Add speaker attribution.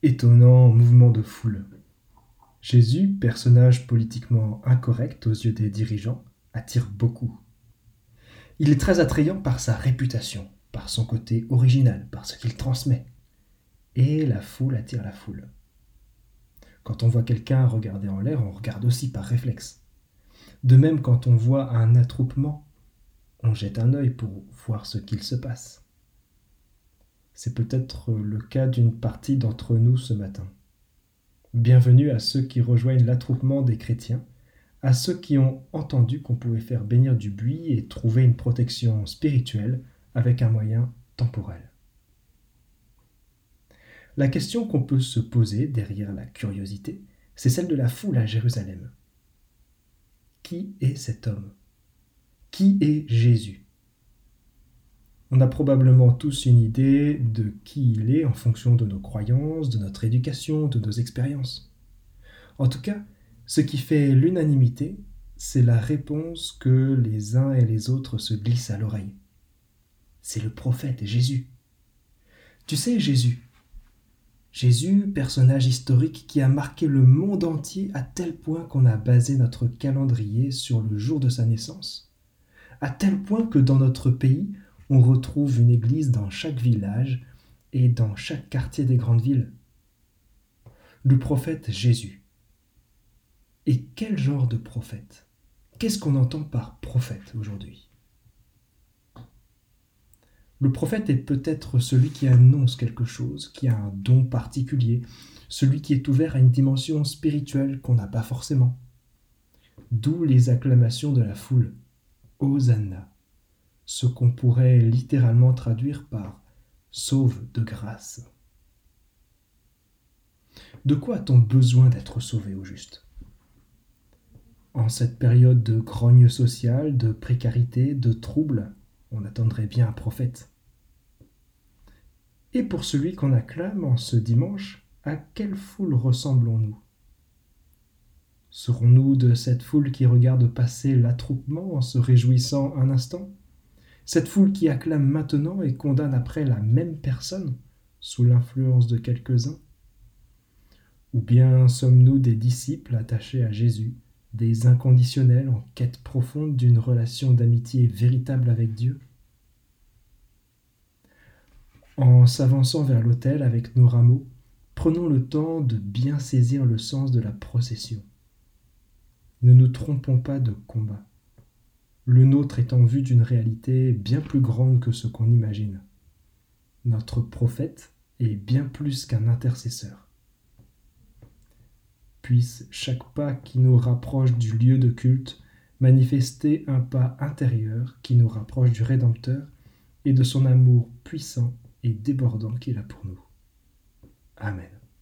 Speaker 1: Étonnant mouvement de foule. Jésus, personnage politiquement incorrect aux yeux des dirigeants, attire beaucoup. Il est très attrayant par sa réputation, par son côté original, par ce qu'il transmet. Et la foule attire la foule. Quand on voit quelqu'un regarder en l'air, on regarde aussi par réflexe. De même, quand on voit un attroupement, on jette un œil pour voir ce qu'il se passe. C'est peut-être le cas d'une partie d'entre nous ce matin. Bienvenue à ceux qui rejoignent l'attroupement des chrétiens, à ceux qui ont entendu qu'on pouvait faire bénir du buis et trouver une protection spirituelle avec un moyen temporel. La question qu'on peut se poser derrière la curiosité, c'est celle de la foule à Jérusalem. Qui est cet homme ? Qui est Jésus ? On a probablement tous une idée de qui il est en fonction de nos croyances, de notre éducation, de nos expériences. En tout cas, ce qui fait l'unanimité, c'est la réponse que les uns et les autres se glissent à l'oreille. C'est le prophète Jésus. Tu sais, Jésus, personnage historique qui a marqué le monde entier à tel point qu'on a basé notre calendrier sur le jour de sa naissance, à tel point que dans notre pays, on retrouve une église dans chaque village et dans chaque quartier des grandes villes. Le prophète Jésus. Et quel genre de prophète ? Qu'est-ce qu'on entend par prophète aujourd'hui ? Le prophète est peut-être celui qui annonce quelque chose, qui a un don particulier, celui qui est ouvert à une dimension spirituelle qu'on n'a pas forcément. D'où les acclamations de la foule. Hosanna, ce qu'on pourrait littéralement traduire par « sauve de grâce ». De quoi a-t-on besoin d'être sauvé au juste ? En cette période de grogne sociale, de précarité, de trouble, on attendrait bien un prophète. Et pour celui qu'on acclame en ce dimanche, à quelle foule ressemblons-nous ? Serons-nous de cette foule qui regarde passer l'attroupement en se réjouissant un instant ? Cette foule qui acclame maintenant et condamne après la même personne, sous l'influence de quelques-uns ? Ou bien sommes-nous des disciples attachés à Jésus, des inconditionnels en quête profonde d'une relation d'amitié véritable avec Dieu ? En s'avançant vers l'autel avec nos rameaux, prenons le temps de bien saisir le sens de la procession. Ne nous trompons pas de combat. Le nôtre est en vue d'une réalité bien plus grande que ce qu'on imagine. Notre prophète est bien plus qu'un intercesseur. Puisse chaque pas qui nous rapproche du lieu de culte manifester un pas intérieur qui nous rapproche du Rédempteur et de son amour puissant et débordant qu'il a pour nous. Amen.